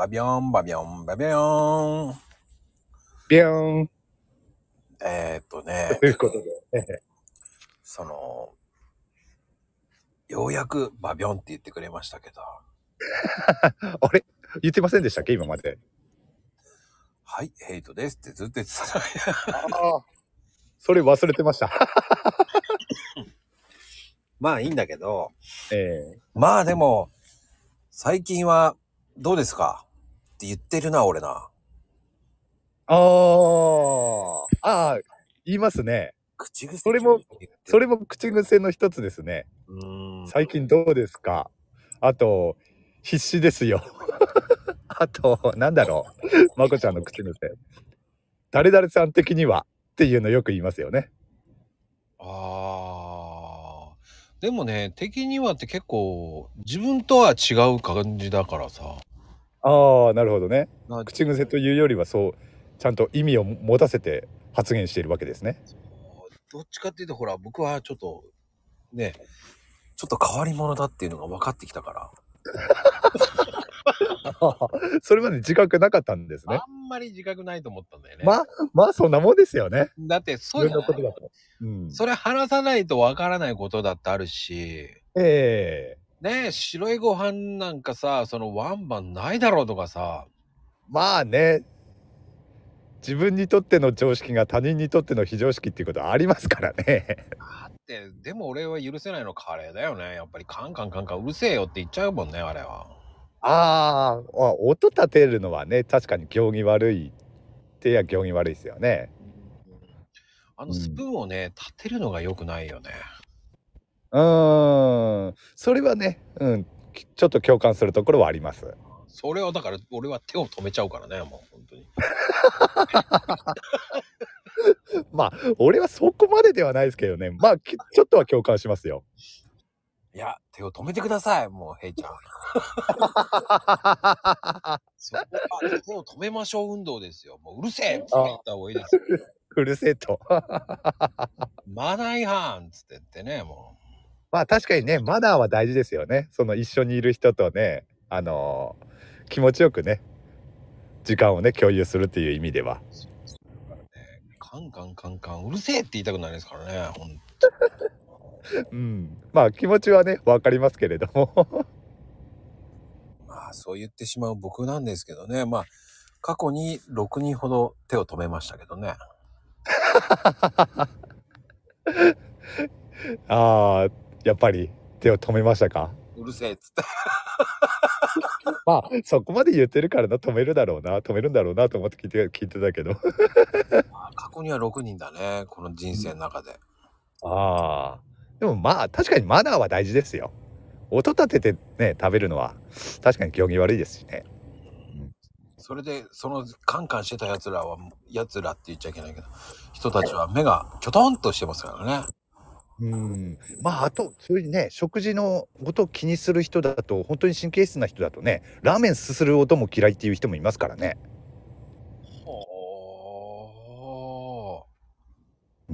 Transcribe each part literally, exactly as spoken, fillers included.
バビョンバビョンバビョン。 ビョーン。 えー、っとね、 ということで、 その、ようやくバビョンって言ってくれましたけど。 あれ言ってませんでしたっけ今まで。 はい、ヘイトですってずっと言ってた。 ああ。それ忘れてました。 まあいいんだけど、 ええまあでも、最近はどうですかって言ってるな、俺な。 ああ。ああ、言いますね。 口癖それも、 言ってるそれも口癖の一つですね。 うーん。 最近どうですか。あと、必死ですよ。あと、なんだろう。まこちゃんの口癖。誰々さん的にはっていうのよく言いますよね。 あー。でもね、敵にはって結構自分とは違う感じだからさ。 ああ、なるほどね。 な口癖というよりはそうちゃんと意味を持たせて発言しているわけですね。 どっちかっていうとほら、僕はちょっとね、ちょっと変わり者だっていうのが分かってきたから。 それまで自覚なかったんですね。 あんまり自覚ないと思ったんだよね。 まあまあそんなもんですよね。 だってそう自じゃない。 分のことだと。うん。 それ話さないと分からないことだってあるし、 ええねえ、白いご飯なんかさ、そのワンバンないだろうとかさ、 まあね、自分にとっての常識が他人にとっての非常識っていうことはありますからね。 だって、でも俺は許せないのカレーだよね。やっぱりカンカンカンカンうるせえよって言っちゃうもんね、あれは。 あーあ、音立てるのはね、確かに行儀悪いってや行儀悪いですよね。 あのスプうん。 ーンをね、立てるのが良くないよね。 うーん、それはね、うん、きちょっと共感するところはあります。 それはだから俺は手を止めちゃうからね、もう本当に。 まあ、俺はそこまでではないですけどね。まあ、きちょっとは共感しますよ。 いや、手を止めてください、もう、ヘイちゃん。そこは手を止めましょう運動ですよ。もううるせえって言った方がいいですよ。 うるせえと。 マナー違反っつって言ってね、もまあ確かにね、マナーは大事ですよね。その一緒にいる人とね、あのー気持ちよくね、時間をね、共有するっていう意味では。 う。だからね、カンカンカンカンうるせえって言いたくなりますからね、ほんと。 うん。まあ気持ちはね、わかりますけれども。 まあ、そう言ってしまう僕なんですけどね。まあ、過去にろくにんほど手を止めましたけどね。 ああ、やっぱり手を止めましたか。 うるせえっつって。 まあ、そこまで言ってるからな、止めるだろうな、止めるんだろうなと思って聞いて聞いてたけど。 過去にはろくにんだね、この人生の中で。 ああ。でもまあ、確かにマナーは大事ですよ。音立ててね、食べるのは確かに行儀悪いですしね。 それで、そのカンカンしてた奴らは、奴らって言っちゃいけないけど、人たちは目がキョトンとしてますからね。 うん。まあ、あと、そういうね、食事のことを気にする人だと、本当に神経質な人だとね、ラーメンすする音も嫌いっていう人もいますからね。 はあ。 うん。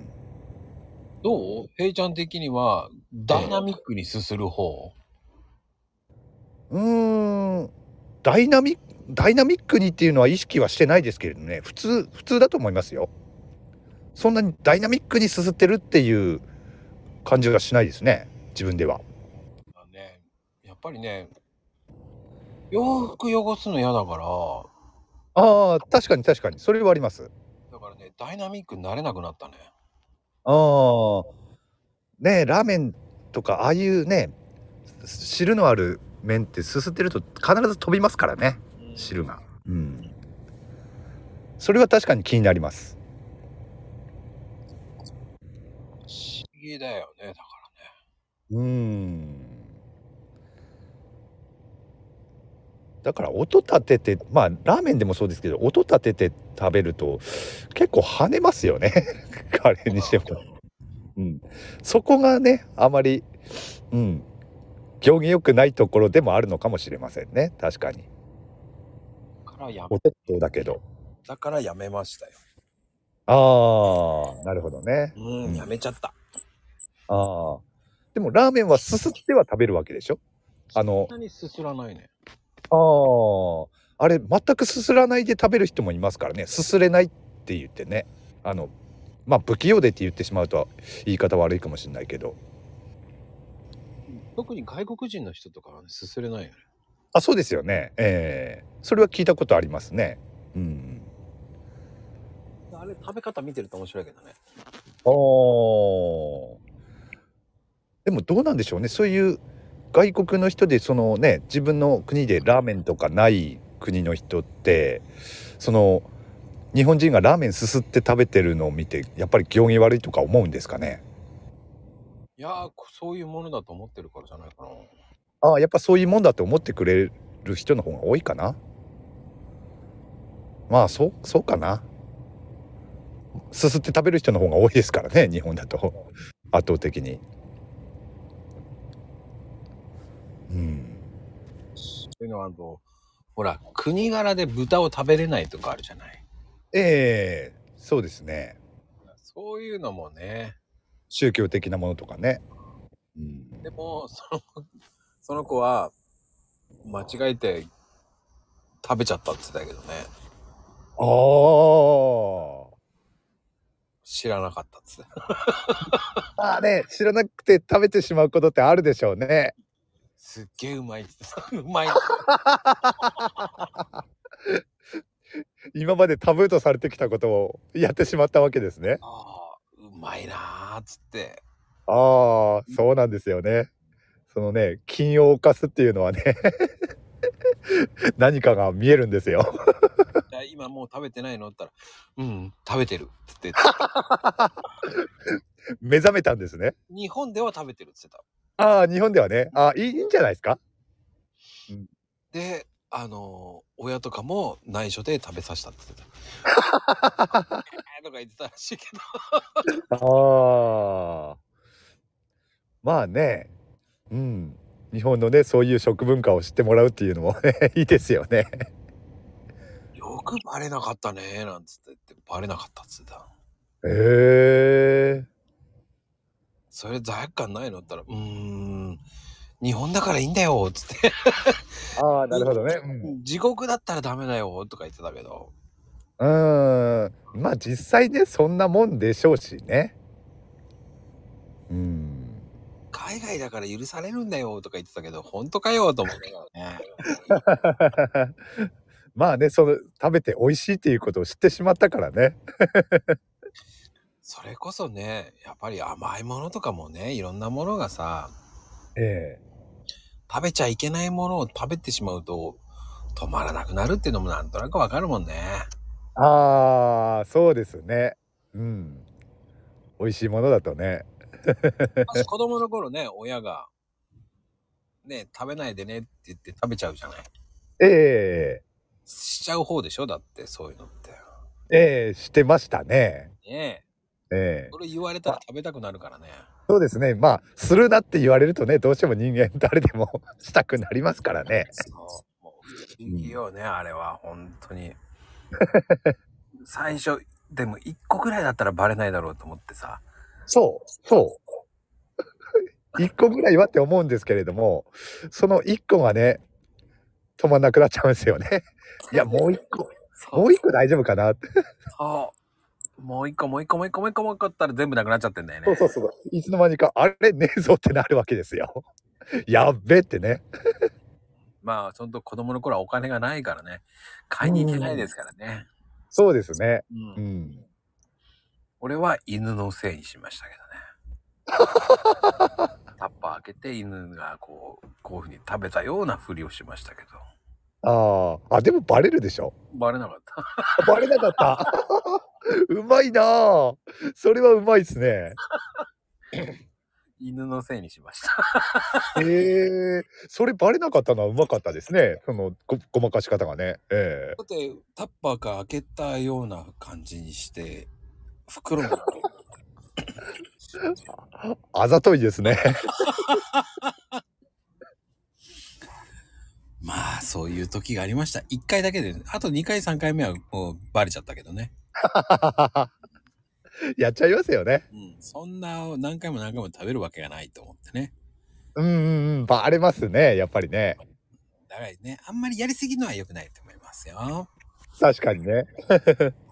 どうヘイちゃん的には、ダイナミックにすする方。 うーん。ダイナミックダイナミックにっていうのは意識はしてないですけれどね、普通普通だと思いますよ。そんなにダイナミックにすすってるっていう感じがしないですね、自分では。 だね。やっぱりね、洋服汚すの嫌だから、 ああ、確かに確かに、それはあります。 だからね、ダイナミックになれなくなったね。 ああ、ねえ、ラーメンとかああいうね、汁のある麺ってすすってると必ず飛びますからね、 うん、 汁が。うん。それは確かに気になります。 不思議だよね、だからうーん。だから音立てて、まあラーメンでもそうですけど、音立てて食べると結構跳ねますよね。カレーにしても。うん。そこがね、あまり、うん、行儀良くないところでもあるのかもしれませんね。確かに。 ね。からや、 音とだけど。 だからやめましたよ。 ああ、なるほどね。 うん、 うん。 やめちゃった。 ああ。でもラーメンはすすっては食べるわけでしょ？あの、 そんなにすすらないね。 ああ。 あれ全くすすらないで食べる人もいますからね。すすれないって言ってね、あのまあ不器用でって言ってしまうと言い方悪いかもしれないけど。 特に外国人の人とかはね、すすれないよね。 あ、そうですよね。ええ、それは聞いたことありますね。うん。 あれ食べ方見てると面白いけどね。 ああ。でもどうなんでしょうね。そういう外国の人でそのね、自分の国でラーメンとかない国の人って、その日本人がラーメンすすって食べてるのを見て、やっぱり行儀悪いとか思うんですかね。 いやー、こそういうものだと思ってるからじゃないかな。 ああ、やっぱそういうもんだと思ってくれる人の方が多いかな。まあ、そうそうかな。すすって食べる人の方が多いですからね、日本だと圧倒的に。うん。 そういうのはあと、ほら、国柄で豚を食べれないとかあるじゃない。 ええ、そうですね。 そういうのもね。 宗教的なものとかね。うん。 でも、その、その子は、間違えて食べちゃったって言ってたけどね。 ああ。 知らなかったっつって。 まあね、知らなくて食べてしまうことってあるでしょうね。 すっげえうまいっつってさ、うまい。 今までタブーとされてきたことをやってしまったわけですね。 ああ、うまいなーっつって。 ああ、そうなんですよね。そのね、禁を犯すっていうのはね何かが見えるんですよじゃあ今もう食べてないのって言ったら、うん、食べてるっつって。 目覚めたんですね。 日本では食べてるっつってた。 ああ、日本ではね。ああ、いい、いいんじゃないですか。うん、 で、あのー親とかも内緒で食べさせたって言ってた。とか言ってたらしいけど。 ああ。まあね。うん。日本のね、そういう食文化を知ってもらうっていうのもねいいですよね。 よくバレなかったねーなんつって言ってバレなかったっつってた。 へえ。 それ罪悪感ないのって言ったら、うーん、日本だからいいんだよっつって。 ああ、なるほどね。うん。 地獄だったらダメだよとか言ってたけど。 うーん。まあ実際ね、そんなもんでしょうしね。うん。 海外だから許されるんだよとか言ってたけど、本当かよと思ってたね。 まあね、その食べて美味しいっていうことを知ってしまったからね。 それこそね、やっぱり甘いものとかもね、いろんなものがさ、 ええ。 食べちゃいけないものを食べてしまうと止まらなくなるっていうのもなんとなくわかるもんね。 ああ、そうですね。うん。美味しいものだとね。 私子供の頃ね、親がね、食べないでねって言って食べちゃうじゃない。 ええ。 しちゃう方でしょだってそういうのって。 ええ、してましたね。 ねえ。 ええ。 それ言われたら食べたくなるからね。 そうですね。まあ、するなって言われるとね、どうしても人間誰でもしたくなりますからね。 そう。もう不思うん。 議よね、あれは。本当に。最初、でも一個ぐらいだったらバレないだろうと思ってさ。 そう、そう。いっこぐらいはって思うんですけれども、そのいっこがね、止まんなくなっちゃうんですよね。いや、もういっこ、 そうもういっこ大丈夫かなって。 そう。もう一個、もう一個、もう一個、もう一個、もう一個ったら全部なくなっちゃってんだよね。 そうそうそう。いつの間にか、あれねえぞってなるわけですよ。やっべってね。 まあ、そんと子供の頃はお金がないからね。買いに行けないうん。 ですからね。 そうですね。 うん。 うん。 俺は犬のせいにしましたけどね。タッパー開けて犬がこう、こういうふうに食べたようなふりをしましたけど。 ああ、あ、でもバレるでしょ。 バレなかった。 あ、バレなかった。うまいなあ。それはうまいっすね。 犬のせいにしました。 ええ、それバレなかったのはうまかったですね。その、ごごまかし方がね。ええ。 だって、タッパーから開けたような感じにして、袋に入れてあざといですね。 まあ、そういう時がありました。いっかいだけで、あとにかいさんかいめはもうバレちゃったけどね。 やっちゃいますよね。 うん。そんな何回も何回も食べるわけがないと思ってね。 うんうんうん、バレますね、やっぱりね。 だからね、あんまりやりすぎるのは良くないと思います。 ますよ。 確かにね。